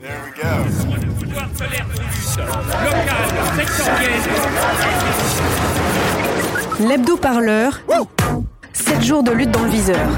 L'hebdo-parleur, 7 jours de lutte dans le viseur.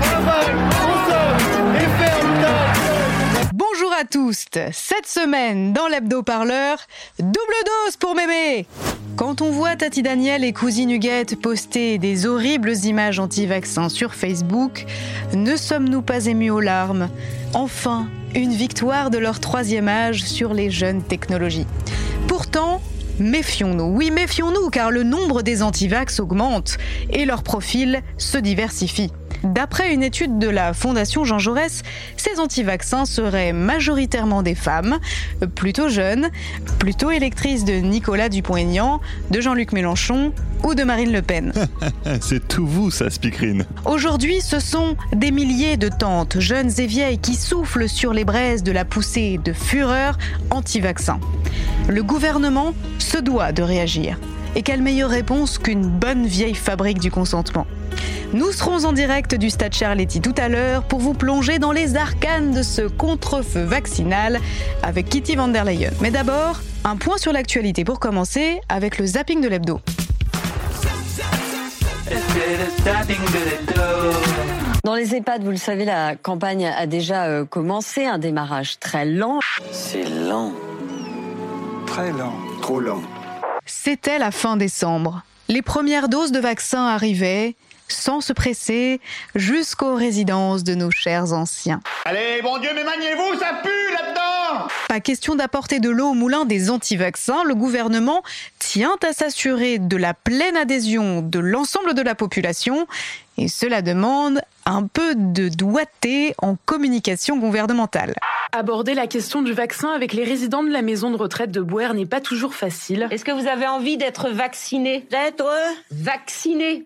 Bonjour à tous, cette semaine dans l'hebdo-parleur, double dose pour mémé. Quand on voit Tati Daniel et Cousine Huguette poster des horribles images anti-vaccins sur Facebook, ne sommes-nous pas émus aux larmes ? Enfin, une victoire de leur 3e âge sur les jeunes technologies. Pourtant, méfions-nous, oui méfions-nous, car le nombre des anti-vax augmente et leur profil se diversifie. D'après une étude de la Fondation Jean Jaurès, ces anti-vaccins seraient majoritairement des femmes, plutôt jeunes, plutôt électrices de Nicolas Dupont-Aignan, de Jean-Luc Mélenchon ou de Marine Le Pen. C'est tout vous, ça, Speakerine. Aujourd'hui, ce sont des milliers de tantes, jeunes et vieilles, qui soufflent sur les braises de la poussée de fureur anti-vaccin. Le gouvernement se doit de réagir. Et quelle meilleure réponse qu'une bonne vieille fabrique du consentement. Nous serons en direct du Stade Charletti tout à l'heure pour vous plonger dans les arcanes de ce contre-feu vaccinal avec Kitty van der Leyen. Mais d'abord, un point sur l'actualité pour commencer avec le zapping de l'hebdo. Dans les EHPAD, vous le savez, la campagne a déjà commencé, un démarrage très lent. C'est lent. Très lent. Trop lent. C'était la fin décembre. Les premières doses de vaccins arrivaient, sans se presser, jusqu'aux résidences de nos chers anciens. Allez, bon Dieu, mais maniez-vous, ça pue là-dedans! Pas question d'apporter de l'eau au moulin des anti-vaccins, le gouvernement tient à s'assurer de la pleine adhésion de l'ensemble de la population et cela demande un peu de doigté en communication gouvernementale. Aborder la question du vaccin avec les résidents de la maison de retraite de Bouer n'est pas toujours facile. Est-ce que vous avez envie d'être vacciné ? D'être Vacciné.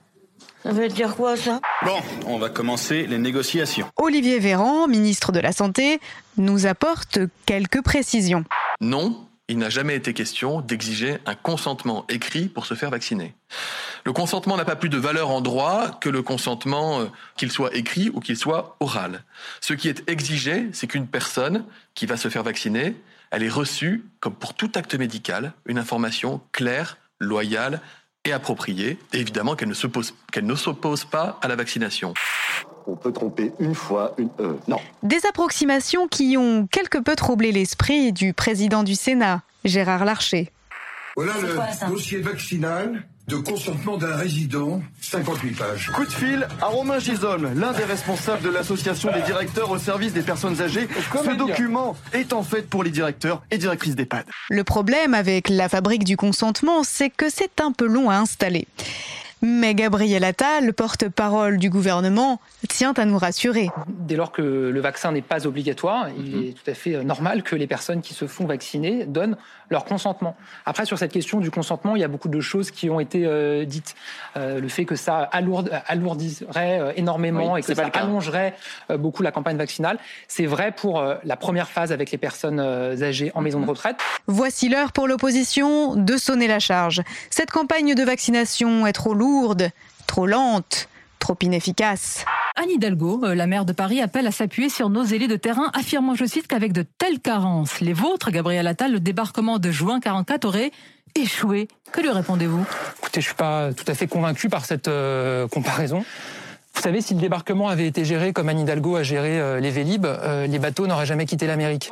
Ça veut dire quoi, ça ? Bon, on va commencer les négociations. Olivier Véran, ministre de la Santé, nous apporte quelques précisions. Non, il n'a jamais été question d'exiger un consentement écrit pour se faire vacciner. Le consentement n'a pas plus de valeur en droit que le consentement, qu'il soit écrit ou qu'il soit oral. Ce qui est exigé, c'est qu'une personne qui va se faire vacciner, elle ait reçu, comme pour tout acte médical, une information claire, loyale et appropriée, et évidemment qu'elle ne s'oppose pas à la vaccination. On peut tromper une fois, non. Des approximations qui ont quelque peu troublé l'esprit du président du Sénat, Gérard Larcher. Voilà le dossier vaccinal de consentement d'un résident, 58 pages. Coup de fil à Romain Gisholm, l'un des responsables de l'association des directeurs au service des personnes âgées. Ce document est en fait pour les directeurs et directrices d'EHPAD. Le problème avec la fabrique du consentement, c'est que c'est un peu long à installer. Mais Gabriel Attal, porte-parole du gouvernement, tient à nous rassurer. Dès lors que le vaccin n'est pas obligatoire, il est tout à fait normal que les personnes qui se font vacciner donnent leur consentement. Après, sur cette question du consentement, il y a beaucoup de choses qui ont été dites. Le fait que ça alourdirait énormément et que ça allongerait beaucoup la campagne vaccinale. C'est vrai pour la première phase avec les personnes âgées en maison de retraite. Voici l'heure pour l'opposition de sonner la charge. Cette campagne de vaccination est trop lourde, trop lente, trop inefficace. Anne Hidalgo, la maire de Paris, appelle à s'appuyer sur nos élus de terrain, affirmant, je cite, qu'avec de telles carences, les vôtres, Gabriel Attal, le débarquement de juin 44 aurait échoué. Que lui répondez-vous ? Écoutez, je suis pas tout à fait convaincu par cette comparaison. Vous savez, si le débarquement avait été géré comme Anne Hidalgo a géré les Vélib, les bateaux n'auraient jamais quitté l'Amérique.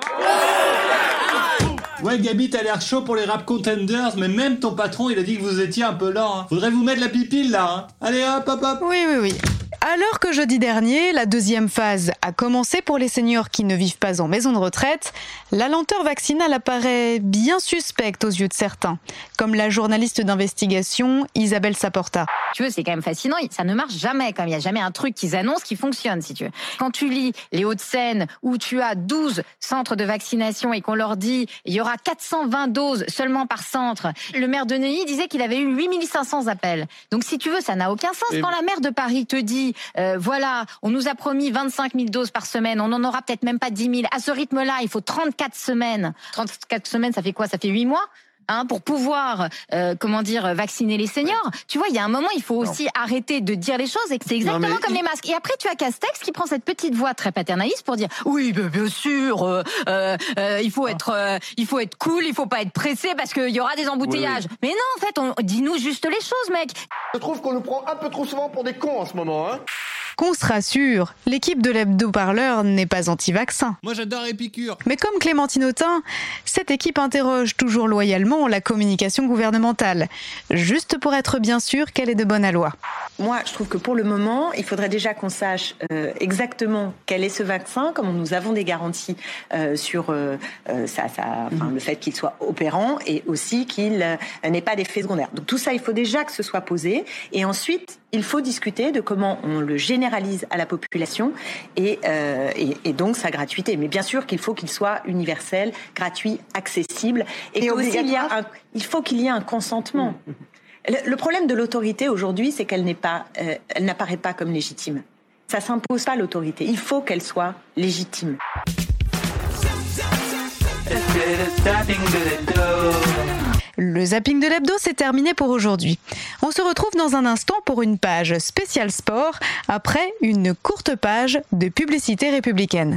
Ouais, Gabi, t'as l'air chaud pour les rap contenders, mais même ton patron, il a dit que vous étiez un peu lent. Hein. Faudrait vous mettre la pipille, là. Hein. Allez, hop, hop, hop. Oui. Alors que jeudi dernier, la 2e phase a commencé pour les seniors qui ne vivent pas en maison de retraite, la lenteur vaccinale apparaît bien suspecte aux yeux de certains, comme la journaliste d'investigation Isabelle Saporta. Tu veux, c'est quand même fascinant, ça ne marche jamais, comme il n'y a jamais un truc qu'ils annoncent qui fonctionne, si tu veux. Quand tu lis les Hauts-de-Seine, où tu as 12 centres de vaccination et qu'on leur dit il y aura 420 doses seulement par centre, le maire de Neuilly disait qu'il avait eu 8500 appels. Donc si tu veux, ça n'a aucun sens. Quand la maire de Paris te dit voilà, on nous a promis 25 000 doses par semaine, on n'en aura peut-être même pas 10 000. À ce rythme-là, il faut 34 semaines. 34 semaines, ça fait quoi ? Ça fait 8 mois ? pour pouvoir, vacciner les seniors. Tu vois, il y a un moment, il faut aussi arrêter de dire les choses et que c'est exactement comme les masques. Et après, tu as Castex qui prend cette petite voix très paternaliste pour dire oui, bien sûr, il faut être cool, il faut pas être pressé parce qu'il y aura des embouteillages. Oui. Mais non, en fait, dis-nous juste les choses, mec. Je trouve qu'on nous prend un peu trop souvent pour des cons en ce moment, hein. Qu'on se rassure, l'équipe de l'hebdo-parleur n'est pas anti-vaccin. Moi j'adore Épicure. Mais comme Clémentine Autain, cette équipe interroge toujours loyalement la communication gouvernementale, juste pour être bien sûr qu'elle est de bonne aloi. Moi, je trouve que pour le moment, il faudrait déjà qu'on sache exactement quel est ce vaccin, comme nous avons des garanties sur le fait qu'il soit opérant et aussi qu'il n'ait pas d'effet secondaire. Donc tout ça, il faut déjà que ce soit posé. Et ensuite, il faut discuter de comment on le généralise à la population et donc sa gratuité. Mais bien sûr qu'il faut qu'il soit universel, gratuit, accessible et il faut qu'il y ait un consentement. Le problème de l'autorité aujourd'hui, c'est qu'elle n'apparaît pas comme légitime. Ça s'impose pas l'autorité. Il faut qu'elle soit légitime. Le zapping de l'hebdo, c'est terminé pour aujourd'hui. On se retrouve dans un instant pour une page spéciale sport, après une courte page de publicité républicaine.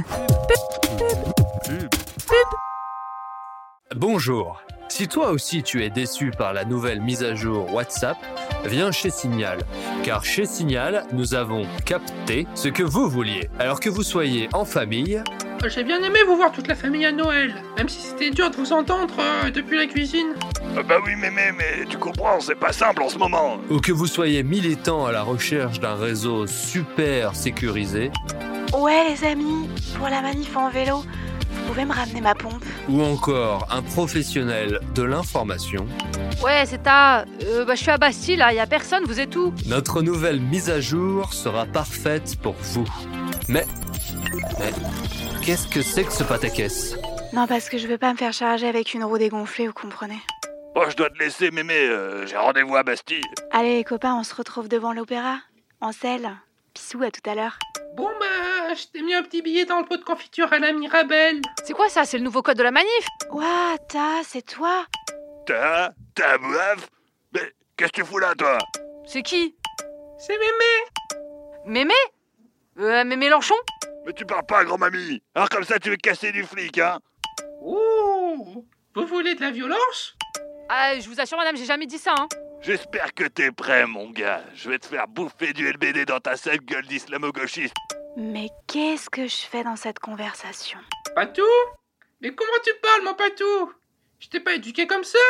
Bonjour. Si toi aussi tu es déçu par la nouvelle mise à jour WhatsApp, viens chez Signal. Car chez Signal, nous avons capté ce que vous vouliez. Alors que vous soyez en famille... J'ai bien aimé vous voir toute la famille à Noël, même si c'était dur de vous entendre depuis la cuisine. Bah oui mémé, mais tu comprends, c'est pas simple en ce moment. Ou que vous soyez militant à la recherche d'un réseau super sécurisé. Ouais les amis, pour la manif en vélo, vous pouvez me ramener ma pompe. Ou encore un professionnel de l'information. Ouais, c'est je suis à Bastille, là, y a personne, vous êtes où? Notre nouvelle mise à jour sera parfaite pour vous. Mais qu'est-ce que c'est que ce pataquès? Non, parce que je veux pas me faire charger avec une roue dégonflée, vous comprenez? Bon, je dois te laisser, mémé, j'ai rendez-vous à Bastille. Allez les copains, on se retrouve devant l'opéra, en selle. Bisous, à tout à l'heure. Bon je t'ai mis un petit billet dans le pot de confiture à la Mirabelle. C'est quoi ça? C'est le nouveau code de la manif? Ouah, c'est toi? T'as bouffe? Mais qu'est-ce que tu fous là, toi? C'est qui? C'est Mémé. Mémé? Mélenchon? Mais tu parles pas, grand-mamie. Alors comme ça, tu veux casser du flic, hein? Ouh, vous voulez de la violence? Ah, je vous assure, madame, j'ai jamais dit ça, hein. J'espère que t'es prêt, mon gars. Je vais te faire bouffer du LBD dans ta sale gueule d'islamo-gauchiste. Mais qu'est-ce que je fais dans cette conversation? Patou? Mais comment tu parles, mon Patou? Je t'ai pas éduqué comme ça.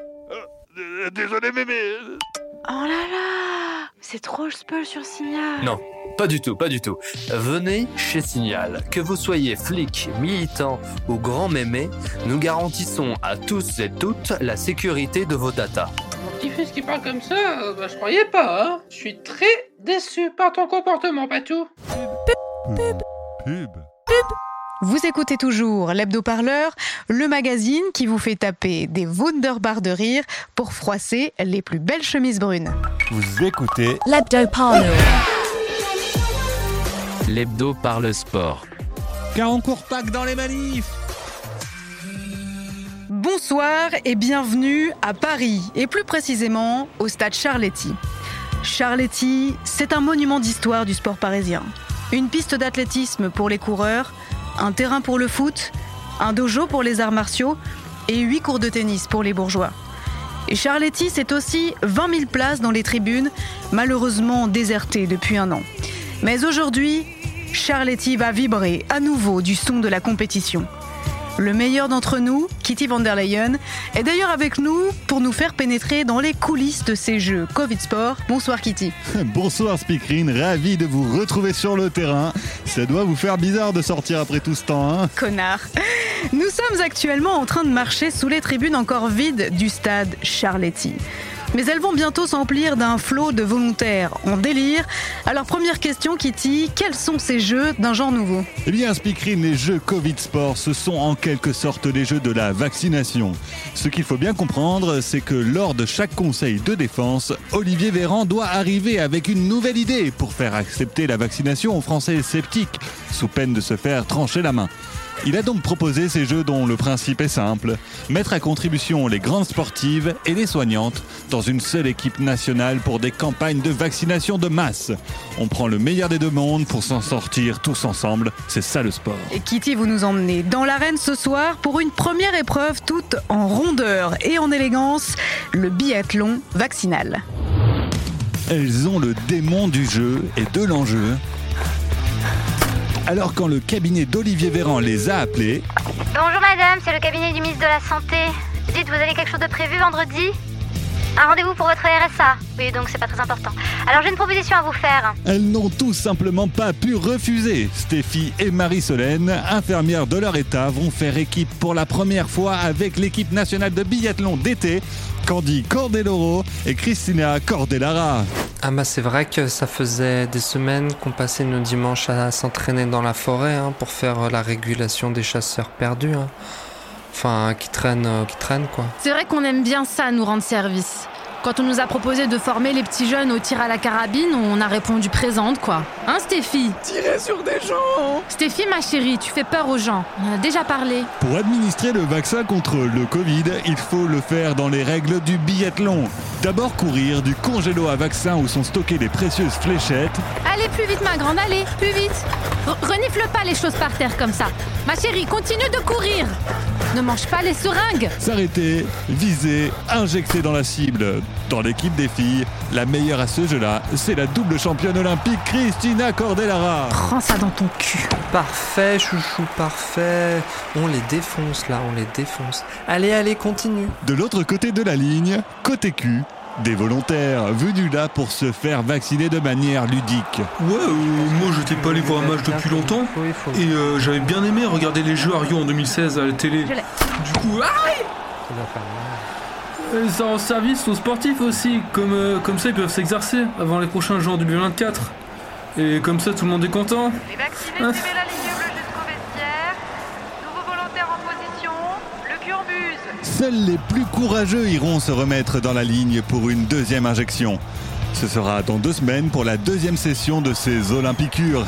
Désolé, mémé. Oh là là, c'est trop spoil sur Signal. Non, pas du tout. Venez chez Signal. Que vous soyez flic, militant ou grand mémé, nous garantissons à tous et toutes la sécurité de vos datas. Mon petit-fils qui parle comme ça, je croyais pas, hein. Je suis très déçu par ton comportement, Patou. Pub. Vous écoutez toujours l'hebdo-parleur, le magazine qui vous fait taper des wunderbars de rire pour froisser les plus belles chemises brunes. Vous écoutez l'hebdo-parleur. L'hebdo parle sport. Car on court pas que dans les manifs. Bonsoir et bienvenue à Paris, et plus précisément au stade Charletti. Charletti, c'est un monument d'histoire du sport parisien. Une piste d'athlétisme pour les coureurs, un terrain pour le foot, un dojo pour les arts martiaux et 8 cours de tennis pour les bourgeois. Et Charletti, c'est aussi 20 000 places dans les tribunes, malheureusement désertées depuis un an. Mais aujourd'hui, Charletti va vibrer à nouveau du son de la compétition. Le meilleur d'entre nous, Kitty van der Leyen, est d'ailleurs avec nous pour nous faire pénétrer dans les coulisses de ces jeux Covid Sport. Bonsoir Kitty. Bonsoir Speakerine, ravi de vous retrouver sur le terrain. Ça doit vous faire bizarre de sortir après tout ce temps, hein? Connard. Nous sommes actuellement en train de marcher sous les tribunes encore vides du stade Charletti. Mais elles vont bientôt s'emplir d'un flot de volontaires en délire. Alors première question Kitty, quels sont ces jeux d'un genre nouveau? Eh bien Speakerine, les jeux Covid Sport, ce sont en quelque sorte les jeux de la vaccination. Ce qu'il faut bien comprendre, c'est que lors de chaque conseil de défense, Olivier Véran doit arriver avec une nouvelle idée pour faire accepter la vaccination aux Français sceptiques, sous peine de se faire trancher la main. Il a donc proposé ces jeux dont le principe est simple, mettre à contribution les grandes sportives et les soignantes dans une seule équipe nationale pour des campagnes de vaccination de masse. On prend le meilleur des deux mondes pour s'en sortir tous ensemble, c'est ça le sport. Et Kitty, vous nous emmenez dans l'arène ce soir pour une première épreuve toute en rondeur et en élégance, le biathlon vaccinal. Elles ont le démon du jeu et de l'enjeu. Alors quand le cabinet d'Olivier Véran les a appelés... Bonjour madame, c'est le cabinet du ministre de la Santé. Dites, vous avez quelque chose de prévu vendredi ? Un rendez-vous pour votre RSA. Oui, donc c'est pas très important. Alors j'ai une proposition à vous faire. Elles n'ont tout simplement pas pu refuser. Stéphie et Marie-Solène, infirmières de leur état, vont faire équipe pour la première fois avec l'équipe nationale de biathlon d'été, Candy Cordeloro et Christina Cordellara. Ah bah c'est vrai que ça faisait des semaines qu'on passait nos dimanches à s'entraîner dans la forêt pour faire la régulation des chasseurs perdus. Enfin, qui traînent quoi. C'est vrai qu'on aime bien ça, nous rendre service. Quand on nous a proposé de former les petits jeunes au tir à la carabine, on a répondu présente, quoi. Hein, Stéphie ? Tirer sur des gens ! Stéphie, ma chérie, tu fais peur aux gens. On en a déjà parlé. Pour administrer le vaccin contre le Covid, il faut le faire dans les règles du biathlon. D'abord courir du congélo à vaccin où sont stockées les précieuses fléchettes. Allez, plus vite, ma grande, allez, plus vite. Renifle pas les choses par terre comme ça. Ma chérie, continue de courir. Ne mange pas les seringues. S'arrêter, viser, injecter dans la cible. Dans l'équipe des filles, la meilleure à ce jeu-là, c'est la double championne olympique Christina Cordellara. Prends ça dans ton cul. Parfait, chouchou, parfait. On les défonce là, on les défonce. Allez, continue. De l'autre côté de la ligne, côté cul, des volontaires venus là pour se faire vacciner de manière ludique. Ouais, moi j'étais pas allé voir un match depuis longtemps et j'avais bien aimé regarder les Jeux à Rio en 2016 à la télé. Du coup, ça rend service aux sportifs aussi, comme ça ils peuvent s'exercer avant les prochains Jeux en 2024. Et comme ça tout le monde est content. Les vaccinés, suivez la ligne bleue jusqu'au vestiaire. Nouveaux volontaires en position, le cul en buse. Seuls les plus courageux iront se remettre dans la ligne pour une deuxième injection. Ce sera dans 2 semaines pour la deuxième session de ces Olympicures.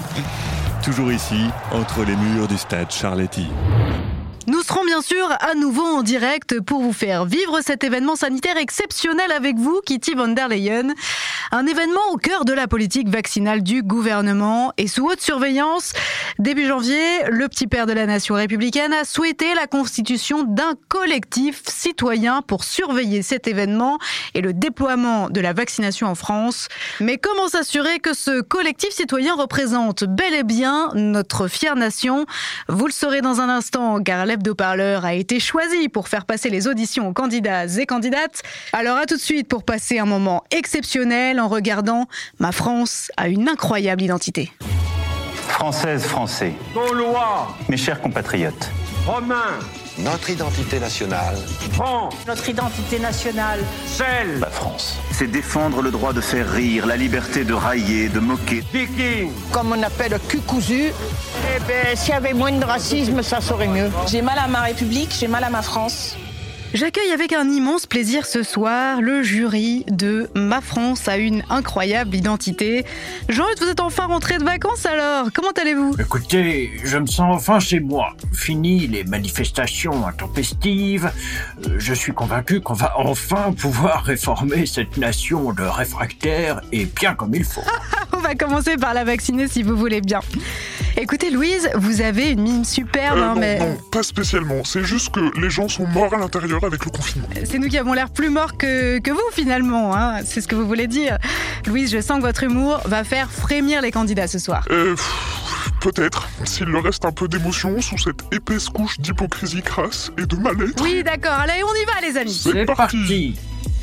Toujours ici, entre les murs du stade Charletti. Nous serons bien sûr à nouveau en direct pour vous faire vivre cet événement sanitaire exceptionnel avec vous, Kitty von der Leyen. Un événement au cœur de la politique vaccinale du gouvernement et sous haute surveillance. Début janvier, le petit père de la nation républicaine a souhaité la constitution d'un collectif citoyen pour surveiller cet événement et le déploiement de la vaccination en France. Mais comment s'assurer que ce collectif citoyen représente bel et bien notre fière nation ? Vous le saurez dans un instant, car l'hebdo-parleur a été choisi pour faire passer les auditions aux candidats et candidates. Alors à tout de suite pour passer un moment exceptionnel en regardant Ma France a une incroyable identité. Françaises, Français, Gaulois, mes chers compatriotes, Romains, notre identité nationale. France, notre identité nationale. Celle, la France. C'est défendre le droit de faire rire, la liberté de railler, de moquer. Viking, comme on appelle cul cousu. Eh ben, s'il y avait moins de racisme, ça serait mieux. J'ai mal à ma République, j'ai mal à ma France. J'accueille avec un immense plaisir ce soir le jury de Ma France a une incroyable identité. Jean-Luc, vous êtes enfin rentré de vacances alors ? Comment allez-vous ? Écoutez, je me sens enfin chez moi. Fini les manifestations intempestives. Je suis convaincu qu'on va enfin pouvoir réformer cette nation de réfractaires et bien comme il faut. On va commencer par la vacciner si vous voulez bien. Écoutez Louise, vous avez une mine superbe. Non, pas spécialement. C'est juste que les gens sont morts à l'intérieur avec le confinement. C'est nous qui avons l'air plus morts que vous finalement, hein. C'est ce que vous voulez dire. Louise, je sens que votre humour va faire frémir les candidats ce soir. Peut-être, s'il leur reste un peu d'émotion sous cette épaisse couche d'hypocrisie crasse et de mal-être. Oui, d'accord. Allez, on y va les amis. C'est parti.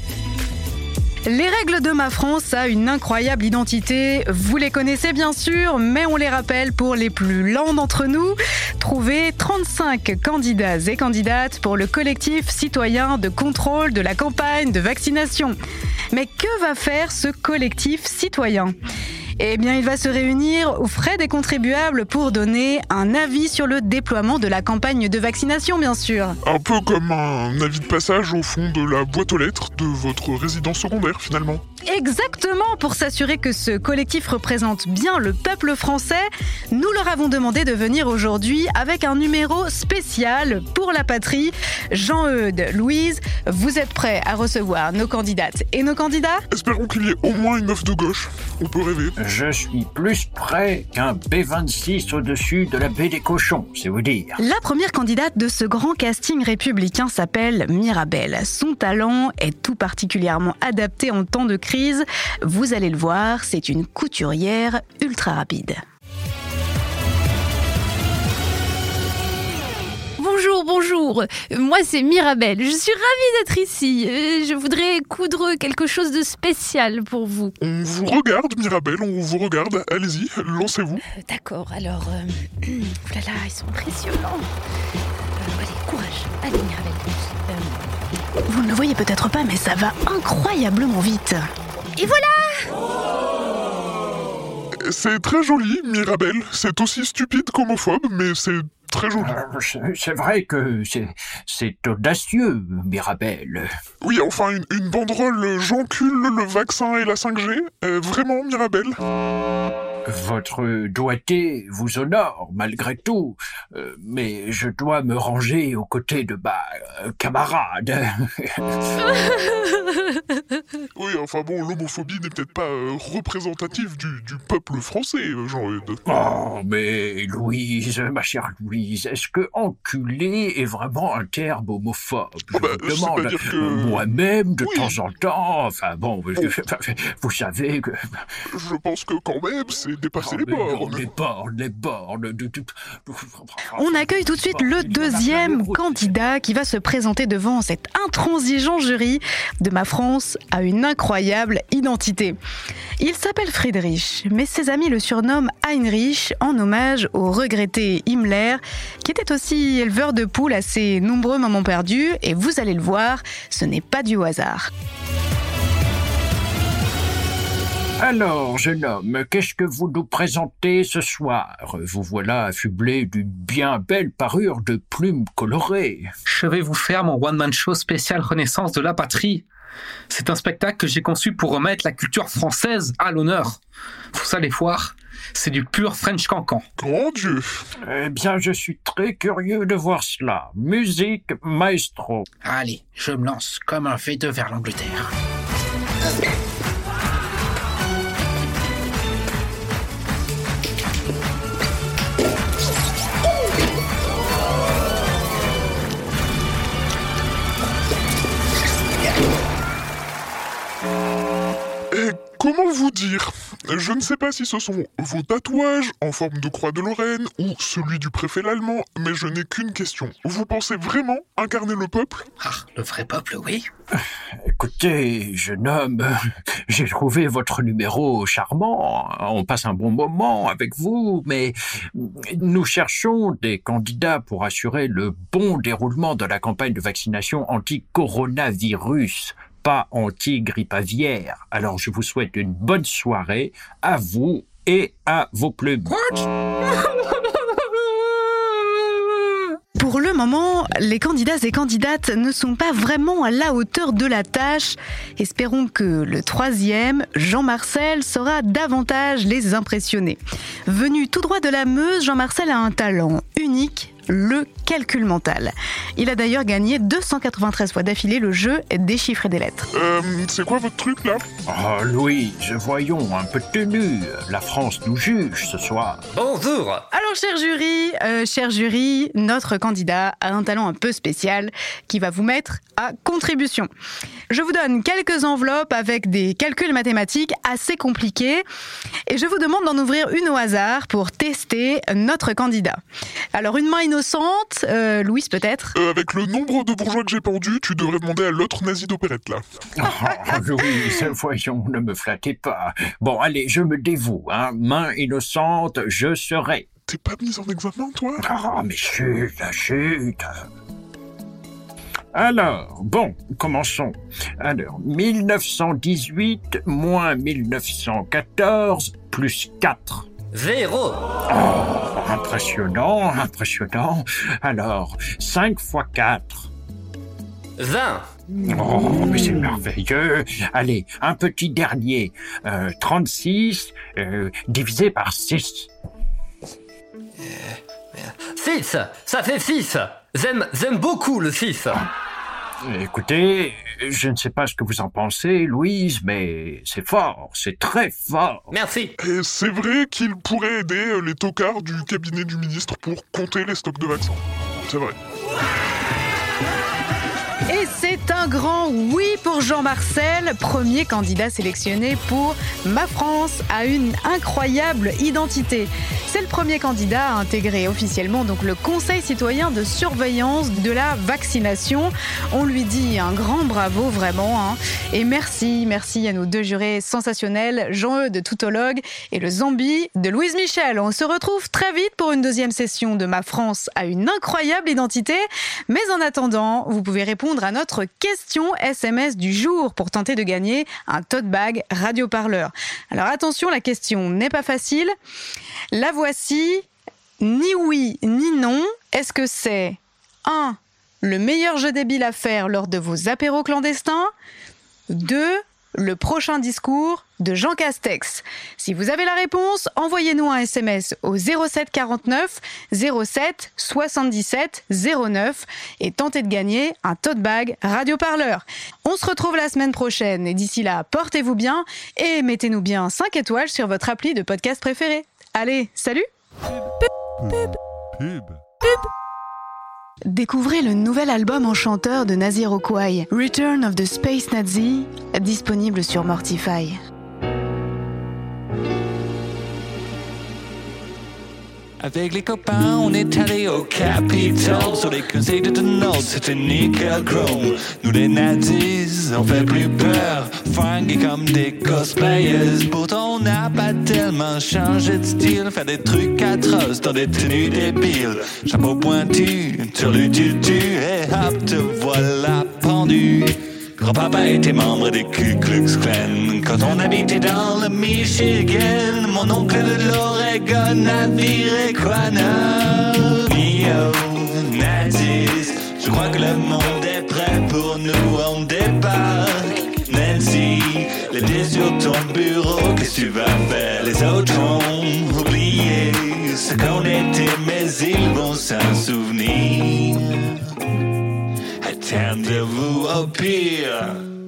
Les règles de Ma France a une incroyable identité. Vous les connaissez bien sûr, mais on les rappelle pour les plus lents d'entre nous. Trouvez 35 candidats et candidates pour le collectif citoyen de contrôle de la campagne de vaccination. Mais que va faire ce collectif citoyen ? Eh bien, il va se réunir aux frais des contribuables pour donner un avis sur le déploiement de la campagne de vaccination, bien sûr. Un peu comme un avis de passage au fond de la boîte aux lettres de votre résidence secondaire, finalement. Exactement, pour s'assurer que ce collectif représente bien le peuple français, nous leur avons demandé de venir aujourd'hui avec un numéro spécial pour la patrie. Jean-Eudes, Louise, vous êtes prêts à recevoir nos candidates et nos candidats ? Espérons qu'il y ait au moins une meuf de gauche. On peut rêver. Je suis plus prêt qu'un B26 au-dessus de la baie des cochons, c'est vous dire. La première candidate de ce grand casting républicain s'appelle Mirabelle. Son talent est tout particulièrement adapté en temps de crise. Vous allez le voir, c'est une couturière ultra rapide. Bonjour. Moi, c'est Mirabelle. Je suis ravie d'être ici. Je voudrais coudre quelque chose de spécial pour vous. On vous regarde, Mirabelle, on vous regarde. Allez-y, lancez-vous. D'accord, alors... Oulala, ils sont impressionnants. Allez, courage. Allez, Mirabelle. Vous ne le voyez peut-être pas, mais ça va incroyablement vite. Et voilà! C'est très joli, Mirabelle. C'est aussi stupide qu'homophobe, mais c'est très joli. C'est vrai que c'est audacieux, Mirabelle. Oui, enfin, une banderole « J'encule le vaccin et la 5G ». Vraiment, Mirabelle. Votre doigté vous honore, malgré tout, mais je dois me ranger aux côtés de ma camarade. Oui, enfin bon, l'homophobie n'est peut-être pas représentative du peuple français, Jean-Eudes. Oh, mais Louise, ma chère Louise, est-ce que enculé est vraiment un terme homophobe? Je vous demande moi-même de temps en temps, enfin bon, vous savez que... Je pense que quand même, c'est dépasser les bornes. Les bornes. On accueille tout de suite le deuxième candidat qui va se présenter devant cet intransigeant jury. De ma France a une incroyable identité. Il s'appelle Friedrich, mais ses amis le surnomment Heinrich en hommage au regretté Himmler, qui était aussi éleveur de poules à ses nombreux moments perdus. Et vous allez le voir, ce n'est pas du hasard. Alors, jeune homme, qu'est-ce que vous nous présentez ce soir? Vous voilà affublé d'une bien belle parure de plumes colorées. Je vais vous faire mon one-man show spécial Renaissance de la patrie. C'est un spectacle que j'ai conçu pour remettre la culture française à l'honneur. Vous allez voir, c'est du pur French cancan. Grand Dieu! Eh bien, je suis très curieux de voir cela. Musique, maestro. Allez, je me lance comme un V2 vers l'Angleterre. Comment vous dire? Je ne sais pas si ce sont vos tatouages en forme de croix de Lorraine ou celui du préfet l'allemand, mais je n'ai qu'une question. Vous pensez vraiment incarner le peuple? Ah, le vrai peuple, oui. Écoutez, jeune homme, j'ai trouvé votre numéro charmant. On passe un bon moment avec vous, mais nous cherchons des candidats pour assurer le bon déroulement de la campagne de vaccination anti-coronavirus. Pas anti-grippe aviaire. Alors je vous souhaite une bonne soirée à vous et à vos plumes. Pour le moment, les candidats et candidates ne sont pas vraiment à la hauteur de la tâche. Espérons que le troisième, Jean-Marcel, saura davantage les impressionner. Venu tout droit de la Meuse, Jean-Marcel a un talent unique, le calcul mental. Il a d'ailleurs gagné 293 fois d'affilée le jeu des chiffres et des lettres. C'est quoi votre truc là? Oh Louise, voyons, un peu de tenue. La France nous juge ce soir. Bonjour. Alors cher jury, notre candidat a un talent un peu spécial qui va vous mettre à contribution. Je vous donne quelques enveloppes avec des calculs mathématiques assez compliqués et je vous demande d'en ouvrir une au hasard pour tester notre candidat. Alors une main innocente, Louise peut-être? Avec le nombre de bourgeois que j'ai pendus, tu devrais demander à l'autre nazi d'opérette là. Oh, Louise, voyons, ne me flattez pas. Bon, allez, je me dévoue, hein. Main innocente, je serai. T'es pas mise en examen, toi? Oh, mais chut. Alors, bon, commençons. Alors, 1918 moins 1914 plus 4. 0. Oh, impressionnant. Alors, 5 fois 4. 20. Oh, mais c'est merveilleux. Allez, un petit dernier. 36 divisé par 6. 6, ça fait 6. J'aime beaucoup le 6. Écoutez, je ne sais pas ce que vous en pensez, Louise, mais c'est fort, c'est très fort. Merci. Et c'est vrai qu'il pourrait aider les tocards du cabinet du ministre pour compter les stocks de vaccins. C'est vrai. Et c'est un grand oui pour Jean-Marcel, premier candidat sélectionné pour Ma France a une incroyable identité. C'est le premier candidat à intégrer officiellement donc le Conseil citoyen de surveillance de la vaccination. On lui dit un grand bravo vraiment. Et merci à nos deux jurés sensationnels, Jean-Eudes Toutologue et le Zambi de Louise Michel. On se retrouve très vite pour une deuxième session de Ma France a une incroyable identité. Mais en attendant, vous pouvez répondre à notre question SMS du jour pour tenter de gagner un tote bag radioparleur. Alors attention, la question n'est pas facile. La voici, ni oui ni non. Est-ce que c'est 1. Le meilleur jeu débile à faire lors de vos apéros clandestins, 2. Le prochain discours de Jean Castex. Si vous avez la réponse, envoyez-nous un SMS au 07 49 07 77 09 et tentez de gagner un tote bag radioparleur. On se retrouve la semaine prochaine et d'ici là, portez-vous bien et mettez-nous bien 5 étoiles sur votre appli de podcast préféré. Allez, salut! Pub. Découvrez le nouvel album enchanteur de Nazi Rockway, Return of the Space Nazi, disponible sur Mortify. Avec les copains, on est allé au Capitole. Sur les conseils de Donald, c'était nickel chrome. Nous les nazis, on fait plus peur, fringués comme des cosplayers. Pourtant on n'a pas tellement changé de style, faire des trucs atroces dans des tenues débiles. Chapeau pointu, sur le tutu, et hop, te voilà pendu. Grand-papa était membre des Ku Klux Klan quand on habitait dans le Michigan. Mon oncle de l'Oregon a viré Quana. Neo-nazis, je crois que le monde est prêt pour nous, on débarque. Nancy, les dés sur ton bureau, qu'est-ce que tu vas faire? Les autres ont oublié ce qu'on était, mais ils vont s'en souvenir. Attendez-vous au pire.